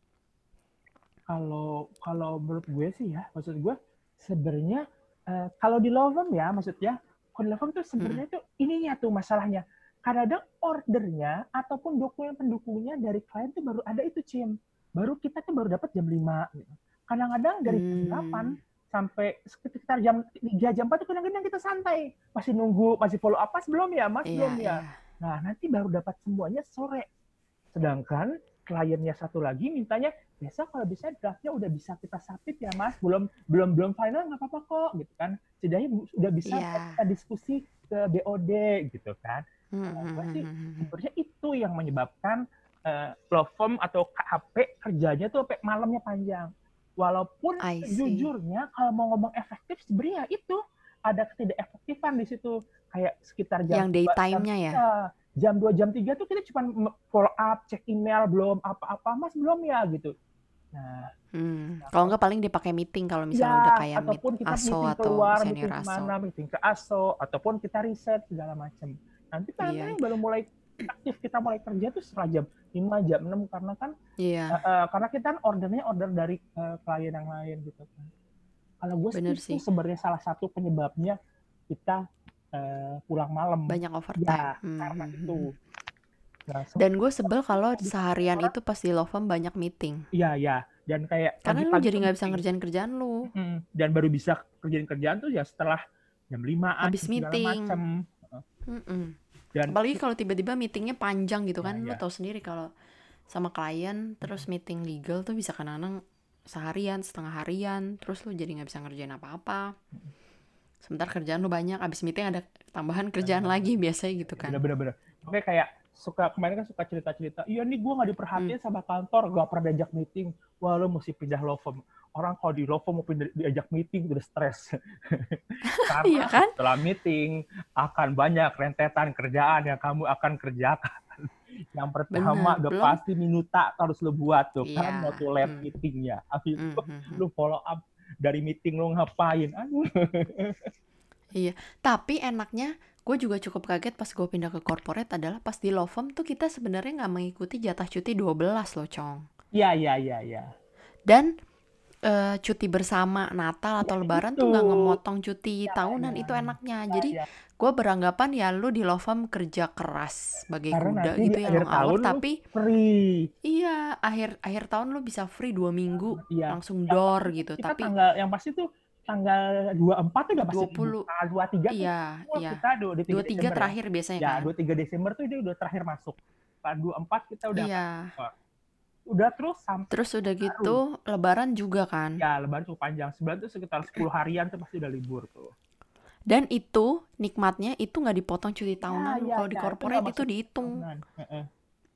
Kalau kalau menurut gue sih ya, maksud gue sebenarnya uh, kalau di law firm ya, maksudnya kalau di law firm tuh sebenarnya Mm-mm. tuh ininya tuh masalahnya. Kadang ordernya ataupun dokumen pendukungnya dari klien tuh baru ada itu, Cim. Baru kita tuh baru dapat jam lima. Gitu. Kadang-kadang dari jam delapan Hmm. sampai sekitar jam tiga jam empat tuh kadang-kadang kita santai. Masih nunggu, masih follow up, Mas belum ya, Mas Iya, belum ya. iya. Nah, nanti baru dapat semuanya sore. Sedangkan kliennya satu lagi mintanya, besok kalau bisa draftnya udah bisa kita submit ya Mas, belum belum belum final nggak apa-apa kok, gitu kan. Setidaknya udah bisa Iya. kita diskusi ke B O D gitu kan. Nah, gue sih Hmm. sebenarnya itu yang menyebabkan uh, law firm atau K A P kerjanya tuh sampai malamnya panjang. Walaupun I see. sejujurnya kalau mau ngomong efektif sebenarnya itu ada ketidakefektifan di situ, kayak sekitar jam Yang dua, jam daytime-nya ya? tiga, jam dua, jam tiga tuh kita cuma follow up, cek email, belum apa-apa, Mas belum ya gitu. Nah, Hmm. nah Kalau kalau nggak paling dipakai meeting kalau misalnya udah ya, kayak meet ataupun kita aso meeting atau keluar, senior meeting aso. kemana, meeting ke aso, ataupun kita riset segala macam. Nanti Iya, kadang-kadang baru mulai aktif kita mulai kerja tuh setelah jam lima, jam enam, karena kan iya, uh, uh, karena kita kan ordernya order dari uh, klien yang lain gitu kan. Kalau gue bener itu sih. sebenarnya salah satu penyebabnya kita uh, pulang malam. Banyak overtime. Ya, karena Hmm. itu. Nah, Dan gue sebel kalau orang seharian itu pas di law firm banyak meeting. Iya, ya. Dan kayak Karena lu pagi-pagi jadi tuh nggak bisa meeting. ngerjain kerjaan lu. Mm-mm. Dan baru bisa kerjain kerjaan tuh ya setelah jam limaan Habis segala meeting. macam. Mm-mm. Dan Apalagi kalau tiba-tiba meetingnya panjang gitu ya, kan. Lu ya. tahu sendiri kalau sama klien terus meeting legal tuh bisa kadang-kadang seharian, setengah harian. Terus lu jadi nggak bisa ngerjain apa-apa. Sebentar kerjaan lu banyak, abis meeting ada tambahan kerjaan Nah, lagi biasanya gitu kan. bener-bener. Oke, kayak suka kemarin kan suka cerita-cerita, iya nih gue nggak diperhatiin Hmm. sama kantor, gak pernah diajak meeting. Wah, lo mesti pindah law firm. Orang kalau di law firm mau pindah diajak meeting udah stres. Karena Iya kan? setelah meeting akan banyak rentetan kerjaan yang kamu akan kerjakan. Yang pertama Bener, udah belum? pasti minuta harus lo buat tuh kan, Iya. mau tuh lab Hmm. meetingnya. Habis Hmm, itu hmm, hmm. lo follow up dari meeting lo ngapain. Aduh. Iya, tapi enaknya gue juga cukup kaget pas gue pindah ke corporate adalah pas di law firm tuh kita sebenarnya nggak mengikuti jatah cuti dua belas loh, Cong. Iya, iya, iya, iya. Dan uh, cuti bersama Natal atau Ya, Lebaran itu. tuh nggak ngemotong cuti Ya, tahunan, ya. itu enaknya. Ya, Jadi ya. gue beranggapan ya lu di law firm kerja keras sebagai Karena kuda nanti gitu di ya, akhir long tahun hour, lu tapi free. iya akhir akhir tahun lu bisa free dua minggu Iya. langsung Yang door pasti gitu. kita Tapi tanggal yang pasti tuh tanggal dua puluh empat tuh udah pasti dua puluh, tanggal dua puluh tiga tuh iya wah, iya kita udah di tiga dua puluh tiga Desember terakhir ya. biasanya Ya, kan. dua puluh tiga Desember tuh dia udah terakhir masuk. Tanggal dua puluh empat kita udah Iya. masuk. Udah terus sampai Terus udah baru. gitu Lebaran juga kan. Ya, Lebaran cukup panjang. Sebulan tuh sekitar sepuluh harian tuh pasti udah libur tuh. Dan itu nikmatnya itu nggak dipotong cuti tahunan lu. Ya, ya, Kalau di ya, corporate itu, itu dihitung. Uh-uh.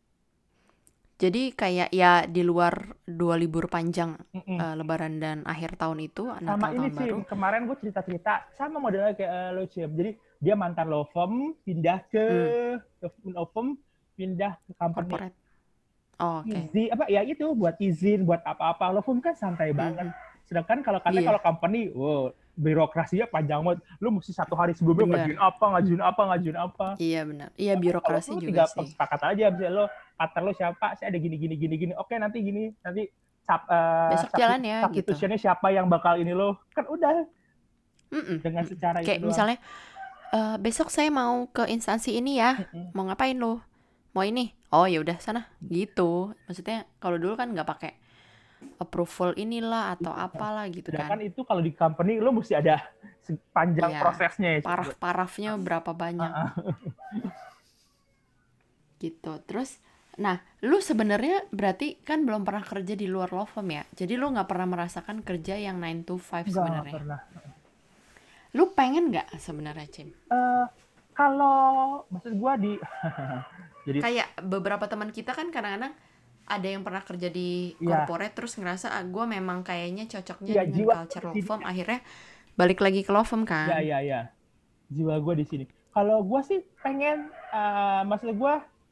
Jadi kayak ya di luar dua libur panjang Mm-mm. uh, Lebaran dan akhir tahun itu, Sama Natal ini tahun sih, baru. kemarin gue cerita-cerita sama modelnya kayak uh, lo Cim. Jadi dia mantan law firm, pindah ke Hmm. law firm, pindah ke company. Corporate. Oh, oke. Easy apa ya itu buat izin buat apa-apa. Law firm kan santai banget. Sedangkan kalau katanya Iya. kalau company, wow, birokrasinya panjang banget. Lu mesti satu hari sebelumnya Bener. ngajuin apa, ngajuin apa, ngajuin apa. Iya benar. Iya birokrasi Kalau lu juga tinggal sih. sepakat aja, misalnya lo partner lo siapa, saya ada gini gini gini gini. Oke, nanti gini, nanti sub, uh, Besok jalan ya gitu. substitutionnya siapa yang bakal ini lo. Kan udah. Mm-mm. Dengan secara kayak itu misalnya uh, besok saya mau ke instansi ini ya. Mm-mm. Mau ngapain lo? Mau ini? Oh ya udah sana gitu. Maksudnya kalau dulu kan nggak pakai approval inilah atau Iya. apalah gitu Sedangkan kan. itu kalau di company lo mesti ada panjang Iya, prosesnya ya. paraf-parafnya berapa banyak Uh-uh. gitu. Terus Nah, lu sebenarnya berarti kan belum pernah kerja di luar law firm ya? Jadi lu nggak pernah merasakan kerja yang nine to five Enggak, nggak sebenarnya. pernah. Lu pengen nggak sebenarnya, Cim? Eh, kalau maksud gue di jadi Kayak beberapa teman kita kan kadang-kadang ada yang pernah kerja di ya, corporate terus ngerasa ah, gue memang kayaknya cocoknya ya dengan jiwa gue culture di law sini. firm, akhirnya balik lagi ke law firm Ya, kan? ya, ya. Jiwa gue di sini. Kalau gue sih pengen, uh, maksud gue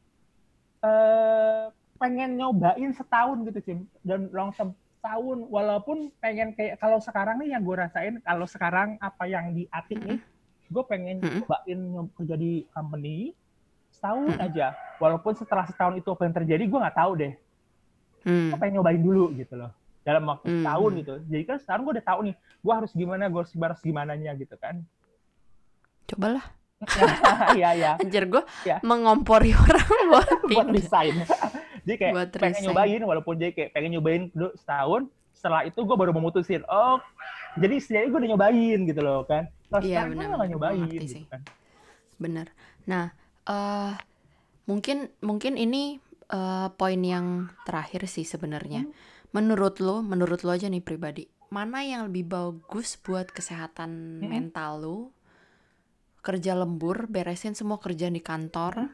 uh, pengen nyobain setahun gitu, Cim. Dan long term setahun. Walaupun pengen kayak kalau sekarang nih yang gue rasain, kalau sekarang apa yang di Atik nih, gue pengen Mm-mm. nyobain nyob- kerja di company setahun Mm-mm. aja. Walaupun setelah setahun itu apa yang terjadi, gue nggak tahu deh. Gue Mm. pengen nyobain dulu gitu loh. Dalam waktu setahun Mm. gitu. Jadi kan sekarang gue udah tahu nih, gue harus gimana, gue harus, harus gimananya gitu kan. Cobalah. Iya, iya. Anjir, gue Ya. mengompori orang buat Buat pindah. resign. Jadi kayak Buat pengen resign. nyobain, walaupun jadi kayak pengen nyobain dulu setahun. Setelah itu gue baru memutusin. Oh, jadi setidaknya gue udah nyobain gitu loh kan. Kalau Iya sekarang gue benar, nggak gue nyobain ngerti gitu sih. kan. Bener. Nah, eh mungkin mungkin ini eh, poin yang terakhir sih sebenarnya. Hmm. Menurut lo, menurut lo aja nih pribadi, mana yang lebih bagus buat kesehatan Hmm. mental lo? Kerja lembur, beresin semua kerjaan di kantor,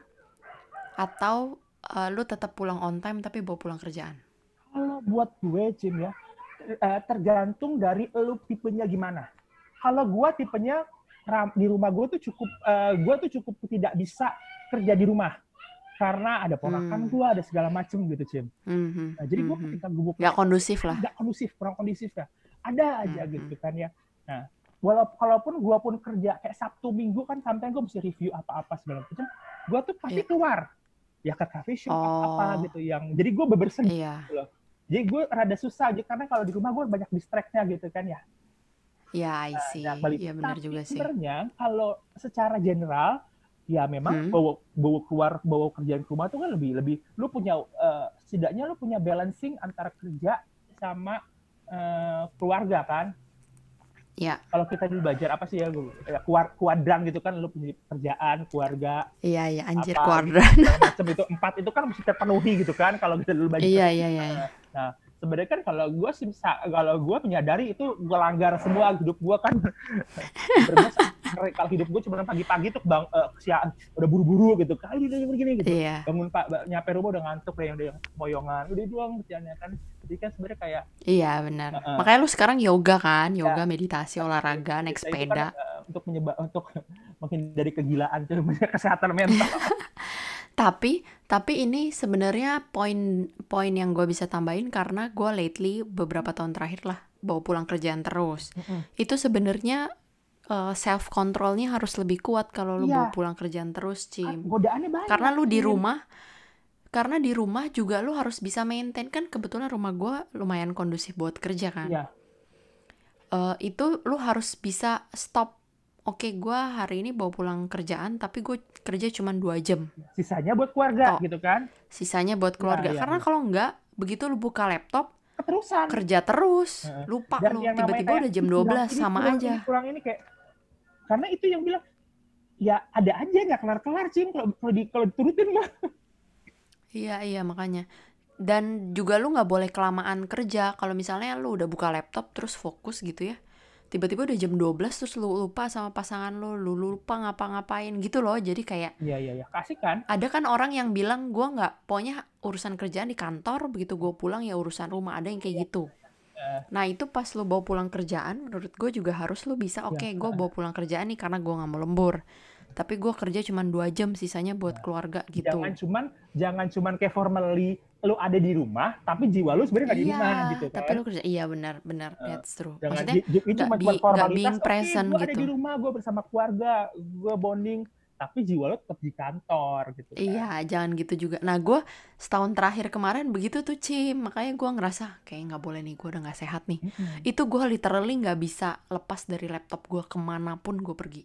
atau eh, lo tetap pulang on time tapi bawa pulang kerjaan? Kalau buat gue, Jim ya, eh, tergantung dari lu tipenya gimana. Kalau gue tipenya ram- di rumah gue tuh cukup, eh, gue tuh cukup tidak bisa kerja di rumah karena ada ponakan Hmm. gue, ada segala macem gitu, Cim. Mhm, Nah, jadi gue mhm. ketika gue Nggak kondusif lah. nggak kondusif, kurang kondusif ya. Ada aja Mhm. gitu kan ya. Nah, walaupun kalaupun gue pun kerja kayak Sabtu Minggu kan, sampai gue mesti review apa-apa segala macam, gue tuh pasti Iya. keluar ya ke coffee shop apa-apa Oh, gitu yang jadi gue bebersih iya. gitu loh. Jadi gue rada susah aja karena kalau di rumah gue banyak distract-nya gitu kan ya. Ya, I Nah, see. nah, balik. Iya benar Tapi juga sih. sebenarnya kalau secara general ya memang Hmm. bawa bawa keluar bawa kerjaan ke rumah tuh kan lebih lebih lu punya eh, setidaknya lu punya balancing antara kerja sama eh, keluarga kan. Ya, Kalau kita dulu belajar apa sih ya, gue ya, kuar- kuadran gitu kan, lu punya kerjaan, keluarga, iya iya anjir apa gitu, kuadran. segala macam itu empat itu kan mesti terpenuhi gitu kan kalau kita dulu belajar. Iya iya iya. iya. Nah, sebenarnya kan kalau gue sih bisa- kalau gue menyadari itu gue langgar semua hidup gue kan. Sebenarnya kalau hidup gue cuma pagi-pagi tuh bang eh, siang udah buru-buru gitu kali ini begini gitu, Iya. bangun pak nyampe rumah udah ngantuk deh, udah moyongan, udah doang kerjaannya kan. Jadi kan sebenarnya kayak Iya benar. Heeh. Makanya lu sekarang yoga kan, yoga, Ya, meditasi, olahraga, naik biasa itu kan sepeda. eh, untuk menyebab untuk menghindari kegilaan tuh, kesehatan mental. Tapi tapi ini sebenarnya poin poin yang gue bisa tambahin karena gue lately beberapa tahun terakhir lah bawa pulang kerjaan terus. Mm-mm. Itu sebenarnya uh, self controlnya harus lebih kuat kalau lu Iya. bawa pulang kerjaan terus, Cim. Godaannya banyak. Karena lu di Cim. rumah, karena di rumah juga lu harus bisa maintain kan, kebetulan rumah gue lumayan kondusif buat kerja kan. Iya. Uh, itu lu harus bisa stop. Oke, gue hari ini bawa pulang kerjaan, tapi gue kerja cuma dua jam. Sisanya buat keluarga Toh. gitu kan. Sisanya buat keluarga. Iya, iya, Karena iya. kalau enggak, begitu lu buka laptop, Keterusan. kerja terus. Heeh. Lupa Dan lu, yang namanya tiba-tiba kayak, udah jam "Ih, dua kurang belas, ini, sama kurang aja. ini, kurang ini kayak karena itu yang bilang ya ada aja nggak kelar-kelar, Cim, kalau kalau di kalau diturutin mah. Iya, iya makanya. Dan juga lu nggak boleh kelamaan kerja. Kalau misalnya lu udah buka laptop terus fokus gitu ya, tiba-tiba udah jam dua belas terus lu lupa sama pasangan lu, lu lupa ngapa-ngapain gitu loh. Jadi kayak Iya, iya, iya. Kasih kan. ada kan orang yang bilang gue nggak, pokoknya urusan kerjaan di kantor, begitu gue pulang ya urusan rumah. Ada yang kayak gitu. Eh, Nah itu pas lu bawa pulang kerjaan, menurut gue juga harus lu bisa, oke Iya. gue bawa pulang kerjaan nih karena gue nggak mau lembur, tapi gue kerja cuma dua jam, sisanya buat keluarga gitu. Jangan cuman jangan cuman kayak formally lu ada di rumah tapi jiwa lu sebenarnya nggak di Iya, rumah gitu kan. tapi lu kerja, iya benar benar, that's true. Jangan Maksudnya di- di- itu nggak cuma bi buat nggak formalitas. being Oke, present gue ada gitu. di rumah, gue bersama keluarga, gue bonding, tapi jiwa lu tetap di kantor gitu kan. Iya, jangan gitu juga. Nah gue setahun terakhir kemarin begitu tuh, Cim, makanya gue ngerasa kayak nggak boleh nih, gue udah nggak sehat nih. Mm-mm. Itu gue literally nggak bisa lepas dari laptop gue kemanapun gue pergi.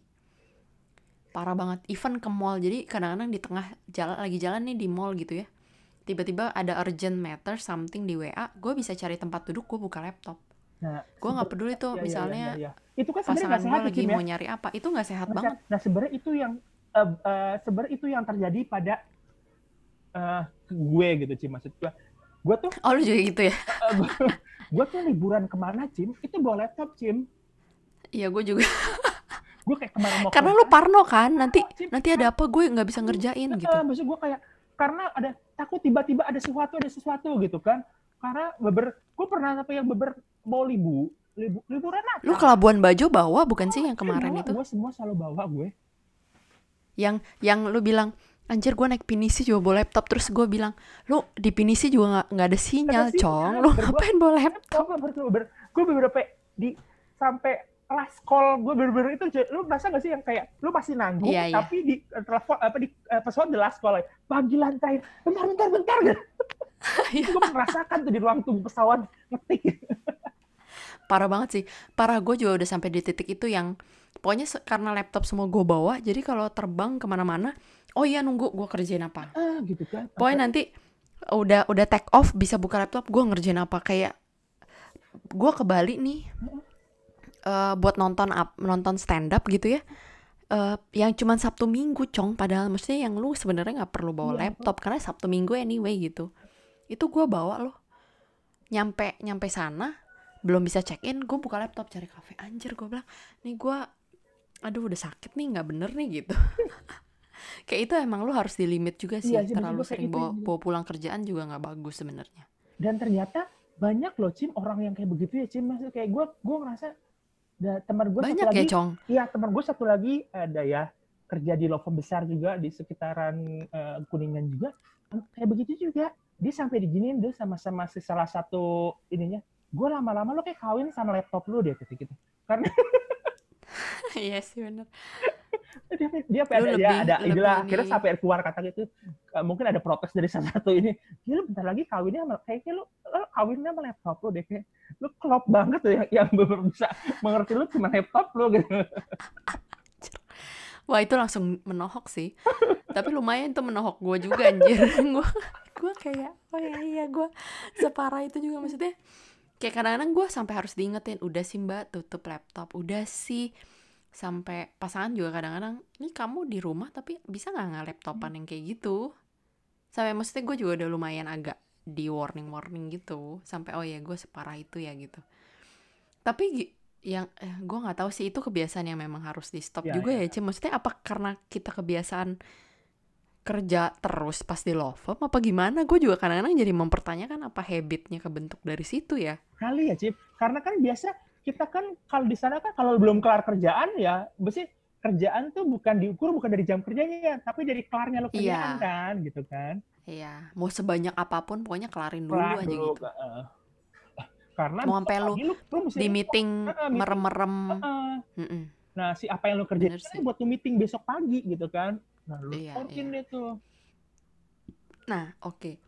Parah banget, even ke mall. Jadi kadang-kadang di tengah jalan, lagi jalan nih di mall gitu ya, tiba-tiba ada urgent matter something di W A, gue bisa cari tempat duduk, gue buka laptop. Nah, Gue nggak sebe- peduli tuh iya, iya, misalnya iya, iya. Itu kan sebenarnya pasangan nggak gue sehat, lagi Kim, mau ya. nyari apa, itu nggak sehat Nggak banget. sehat. Nah, sebenarnya itu yang eh, eh, sebenarnya itu yang terjadi pada uh, ke gue gitu Cim, maksud gue gue tuh oh lu juga gitu ya? uh, gue, gue tuh liburan kemana Cim itu bawa laptop Cim. Iya gue juga. Gue kayak kemarin mau Karena kerja, lu parno kan, nanti oh, Cim, nanti ada apa gue nggak bisa ngerjain uh, gitu. maksud gue kayak karena ada takut tiba-tiba ada sesuatu ada sesuatu gitu kan, karena beber gue pernah sampai yang beber mau libu libu liburan apa Lu ke Labuan Bajo bawa bukan sih yang kemarin bawa, itu? gue semua selalu bawa gue. Yang yang lu bilang anjir gue naik Pinisi juga bawa laptop, terus gue bilang lu di Pinisi juga nggak nggak ada sinyal Ada sinyal, cong, lu bener, ngapain bawa laptop? Gue beberapa di sampai last call gue bener-bener itu, lu merasa gak sih yang kayak lu masih nanggung Iya, iya. tapi di telepon apa di uh, pesawat the last call bagi lantai bentar bentar bentar gitu. Gue merasakan tuh di ruang tunggu pesawat ngetik. Parah banget sih, parah. Gue juga udah sampai di titik itu yang pokoknya se- karena laptop semua gue bawa, jadi kalau terbang kemana-mana, oh iya nunggu gue kerjain apa. Ah, gitu kan. Pokoknya nanti udah udah take off bisa buka laptop, gue ngerjain apa. Kayak gue ke Bali nih uh, buat nonton up, nonton stand up gitu ya. Uh, yang cuman Sabtu Minggu cong, padahal maksudnya yang lu sebenarnya nggak perlu bawa Iya, laptop karena Sabtu Minggu anyway gitu. Itu gue bawa loh. Nyampe nyampe sana belum bisa check in, gue buka laptop cari kafe. Anjir gue bilang, nih gue aduh udah sakit nih, nggak bener nih gitu. Kayak itu emang lu harus di limit juga sih. Iya sih, Terlalu maksud gue kayak sering itu bawa, ya. bawa pulang kerjaan juga nggak bagus sebenarnya. Dan ternyata banyak loh Cim orang yang kayak begitu ya Cim, maksud kayak gue gue ngerasa da, teman gue Banyak satu ya lagi, cong. iya teman gue satu lagi ada ya kerja di law firm besar juga di sekitaran uh, Kuningan juga, kayak begitu juga. Dia sampai diginiin dia sama-sama si salah satu ininya, gue lama-lama lo kayak kawin sama laptop lu deh gitu-gitu. Karena Iya sih bener. dia dia ada Lu dia lebih- ada lebih inilah ini- akhirnya sampai keluar kata gitu, uh, mungkin ada protes dari salah satu ini, ya lu bentar lagi kawinnya sama kayaknya lu, lu kawinnya sama laptop lu deh, kayak lu klop banget tuh yang, yang bener bisa mengerti lu cuma laptop lu gitu. Wah itu langsung menohok sih. Tapi lumayan tuh menohok gue juga anjir. Gue gue kayak oh iya iya gue separah itu juga, maksudnya kayak kadang-kadang gue sampai harus diingetin, udah sih mbak tutup laptop, udah sih. Sampai pasangan juga kadang-kadang, ini kamu di rumah tapi bisa nggak nggak laptopan yang kayak gitu. Sampai maksudnya gue juga udah lumayan agak di warning warning gitu, sampai oh ya gue separah itu ya gitu. Tapi gi- yang eh, gue nggak tahu sih itu kebiasaan yang memang harus di stop Ya, juga ya. ya Cim. Maksudnya apa karena kita kebiasaan kerja terus pas di law firm apa gimana? Gue juga kadang-kadang jadi mempertanyakan apa habitnya kebentuk dari situ ya. Kali ya Cip, karena kan biasa kita kan kalau di sana kan kalau belum kelar kerjaan ya mesti kerjaan tuh bukan diukur bukan dari jam kerjanya ya, tapi dari kelarnya lo kerjaan Iya. kan gitu kan. Iya, mau sebanyak apapun pokoknya kelarin dulu Kelar aja dulu, gitu. uh, karena Mau sampai lu pagi lu, lu mesti di meeting uh, meeting, merem-merem. uh, Mm-mm. nah si apa yang lu kerjain Bener sih. buat lu meeting besok pagi gitu kan, nah lu Iya, workin iya. deh tuh. Nah, oke.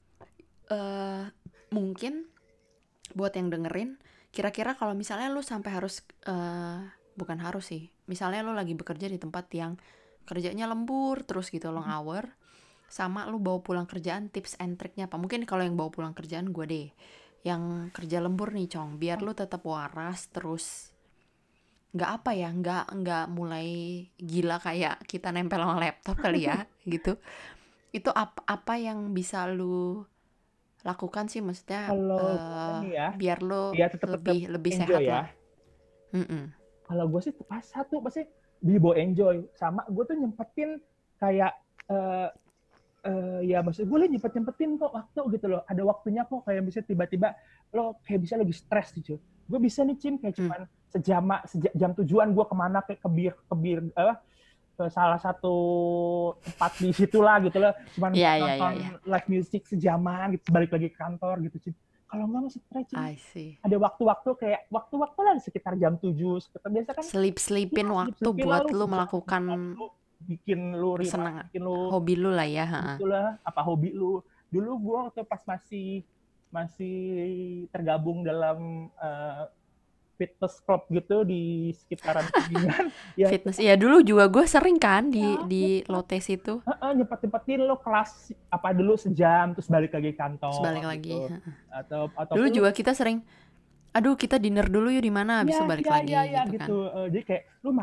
Eh, mungkin buat yang dengerin, kira-kira kalau misalnya lu sampai harus eh, bukan harus sih. Misalnya lu lagi bekerja di tempat yang kerjanya lembur terus gitu long hour, sama lu bawa pulang kerjaan, tips and triknya apa? Mungkin kalau yang bawa pulang kerjaan gue deh. Yang kerja lembur nih, Cong, biar lu tetap waras terus nggak apa ya, nggak nggak mulai gila kayak kita nempel sama laptop kali ya gitu. Itu apa apa yang bisa lu lakukan sih, maksudnya Kalau eh, ini ya, biar lu ya tetap lebih lebih enjoy sehat ya. lah. Mm-mm. Kalau gue sih pas satu pasti dibawa enjoy, sama gue tuh nyempetin kayak uh, uh, ya maksud gue nyempet nyempetin kok waktu gitu loh, ada waktunya kok, kayak bisa tiba-tiba lo kayak bisa lagi stres gitu, gue bisa nih Cim kayak cuman hmm. sejam sejam jam tujuan gue kemana kayak kebir kebir uh, ke salah satu tempat di situ lah gitu loh, cuman yeah, nonton yeah, yeah, yeah. live music sejaman gitu, balik lagi ke kantor gitu Cim. Kalau nggak masih stretching, ada waktu-waktu kayak waktu-waktu lah di sekitar jam tujuh, sekitar biasa kan sleep-sleepin ya, waktu sleep buat lu melakukan lu, bikin lu senang, bikin lu hobi lu lah ya. Itulah apa hobi lu. Dulu gue waktu pas masih masih tergabung dalam uh, fitness club gitu di sekitaran Kuningan. Ya, fitness, ya dulu juga gue sering kan di ya, di Lotes itu. Uh, uh, nyempet-nyempetin lo kelas apa dulu sejam terus balik lagi kantor. Terus balik lagi. Gitu. Atau atau dulu juga kita sering, aduh kita dinner dulu yuk di mana, habis itu ya, balik ya, lagi ya, ya, gitu, gitu kan. Uh, jadi kayak lu mak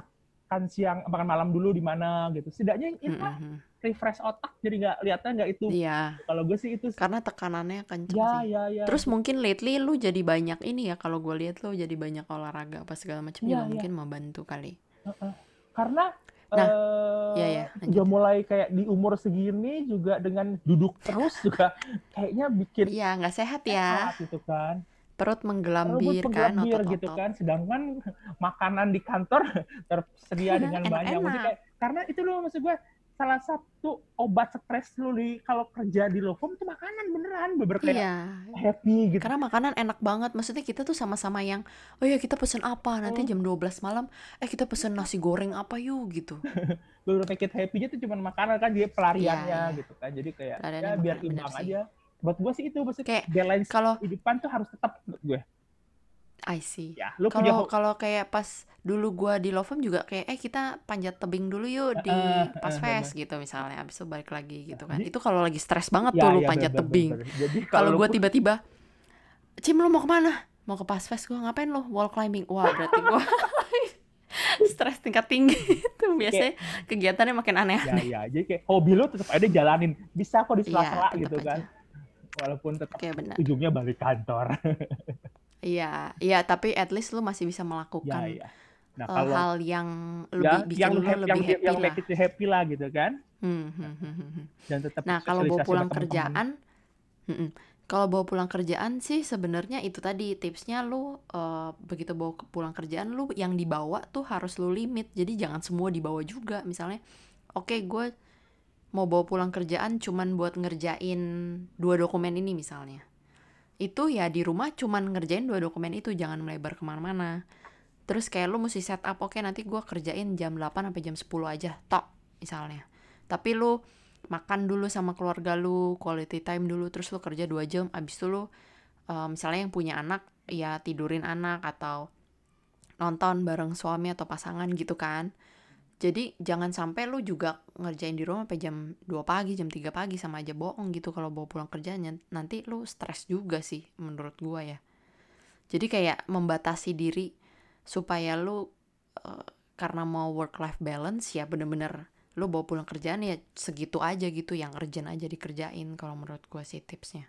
makan siang, makan malam dulu di mana gitu. Setidaknya itu Mm-mm. refresh otak, jadi nggak lihatnya nggak itu. Iya. Kalau gue sih itu. Karena tekanannya kenceng Ya, sih. ya, ya. Terus mungkin lately lu jadi banyak ini ya, kalau gue lihat lu jadi banyak olahraga apa segala macam Ya, juga ya. mungkin membantu kali. Uh-uh. Karena Nah, uh, ya ya. udah mulai kayak di umur segini juga dengan duduk terus juga kayaknya bikin iya nggak sehat ya. sehat gitu kan. Perut menggelambir Perut kan, menggelambir otot-otot. gitu kan. Sedangkan makanan di kantor tersedia dengan banyak. Maksudnya kayak, karena itu loh maksud gue salah satu obat stres lu di kalau kerja di law firm tuh makanan beneran bener kayak iya. happy gitu. Karena makanan enak banget. Maksudnya kita tuh sama-sama yang oh ya kita pesen apa nanti jam dua belas malam eh kita pesen nasi goreng apa yuk gitu. Bener make it happy-nya tuh cuma makanan kan, dia pelariannya Iya, iya. gitu kan. Jadi kayak Pelariannya ya biar makanan, bener imbang sih. aja. Buat gue sih itu maksudnya Kayak balance kalau kehidupan tuh harus tetap menurut gue. I see. Ya, lu punya Kalau ho- kalau kayak pas dulu gua di law firm juga kayak eh kita panjat tebing dulu yuk di Eh, pas eh, fest bener. gitu misalnya, abis itu balik lagi gitu kan. Jadi- Itu kalau lagi stres banget Ya, tuh lu ya, panjat bener, tebing. bener, bener. Jadi Kalau lu gua pun- tiba-tiba, Cim lu mau kemana? Mau ke pas fest. Gua ngapain lu? Wall climbing. Wah berarti gua stres tingkat tinggi. Itu biasanya kegiatannya makin ya, aneh-aneh. ya, jadi kayak hobi lu tetap ada jalanin. Bisa kok di Iya, sela-sela tetep gitu aja. kan. Walaupun tetap Oke, benar. ujungnya balik kantor. Iya, iya tapi at least lu masih bisa Ya, melakukan ya. Nah, uh, kalau hal yang ya, lebih bikin yang lu happy, lebih yang, happy yang lah. make it happy lah gitu kan. Hmm, hmm, hmm, hmm, hmm. Dan tetap Nah, kalau bawa sosialisasi pulang sama teman-teman. kerjaan, mm-mm. kalau bawa pulang kerjaan sih sebenarnya itu tadi tipsnya lu uh, begitu bawa ke- pulang kerjaan lu yang dibawa tuh harus lu limit. Jadi jangan semua dibawa juga. Misalnya, oke gue mau bawa pulang kerjaan cuman buat ngerjain dua dokumen ini misalnya. Itu ya di rumah cuman ngerjain dua dokumen itu, jangan melebar kemana-mana. Terus kayak lu mesti set up, oke nanti gue kerjain jam delapan sampai jam sepuluh aja, tok misalnya. Tapi lu makan dulu sama keluarga lu, quality time dulu, terus lu kerja dua jam, abis itu lu uh, misalnya yang punya anak, ya tidurin anak atau nonton bareng suami atau pasangan gitu kan. Jadi jangan sampai lu juga ngerjain di rumah sampai jam dua pagi, jam tiga pagi, sama aja bohong gitu kalau bawa pulang kerjanya. Nanti lu stres juga sih menurut gua ya. Jadi kayak membatasi diri supaya lu uh, karena mau work life balance ya bener-bener lu bawa pulang kerjaan ya segitu aja gitu, yang urgent aja dikerjain kalau menurut gua sih tipsnya.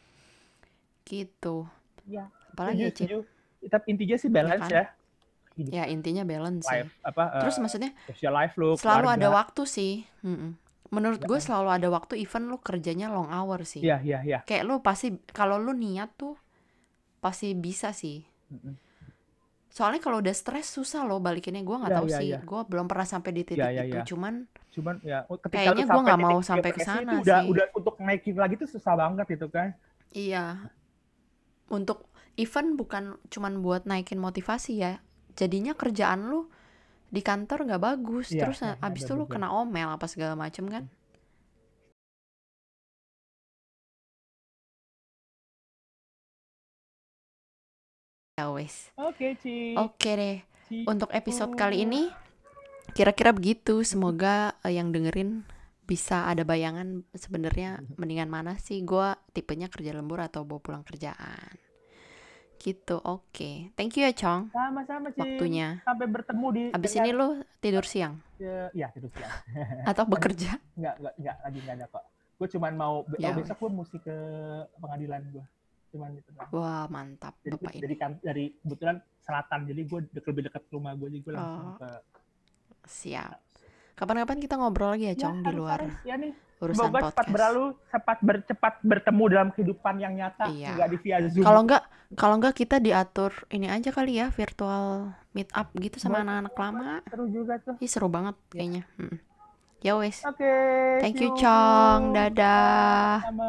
Gitu. Ya, Apalagi ya, Cip? setuju. Tapi intinya sih balance Ya kan? ya. Hidup Ya intinya balance sih. life apa uh, Terus maksudnya social life lu, selalu keluarga. ada waktu sih. Mm-mm. Menurut Ya. gue selalu ada waktu, even lu kerjanya long hour sih. Iya, iya, iya. Kayak lu pasti kalau lu niat tuh pasti bisa sih. Mm-mm. Soalnya kalau udah stres susah loh balikinnya. Gue nggak Ya, tahu ya, sih. ya. Gue belum pernah sampai di titik Ya, ya, itu. ya. Cuman Cuman ya ketika kayaknya lu gua sampai nggak mau titik sampai ke depresi sana itu udah sih. udah untuk naikin lagi tuh susah banget gitu kan. iya. Untuk even bukan cuman buat naikin motivasi ya. Jadinya kerjaan lu di kantor nggak bagus. Iya, Terus iya, abis iya, itu lu bener. kena omel apa segala macem kan. Ya wes. Oke, Ci. Oke deh. Ci. Untuk episode kali ini kira-kira begitu. Semoga uh, yang dengerin bisa ada bayangan sebenarnya mendingan mana sih. Gue tipenya kerja lembur atau bawa pulang kerjaan. Gitu, oke. Okay. Thank you ya, Chong. Sama-sama, Ci. Waktunya. Sampai bertemu di Abis ini lu tidur siang? Ya, ya tidur siang. Atau bekerja? Enggak, enggak, enggak, lagi enggak ada kok. Gue cuman mau, Ya, oh, besok gue mesti ke pengadilan gue. Cuman itu doang. Wah, mantap Jadi, Bapak ini. dari, kan, dari kebetulan selatan, jadi gue de- lebih dekat ke rumah gue, jadi gue langsung Oh, ke... siap. Kapan-kapan kita ngobrol lagi ya, Ya, Chong, di harus, luar harus. Ya nih, urusan semoga cepat podcast. berlalu, cepat bercepat bertemu dalam kehidupan yang nyata, Iya. nggak di via Zoom. Kalau enggak, kalau enggak kita diatur ini aja kali ya, virtual meet up gitu sama Boleh, anak-anak lama. seru juga tuh. Ih, seru banget kayaknya. Mm. Ya wes. Oke, Thank see you, Chong. Dadah. Sama.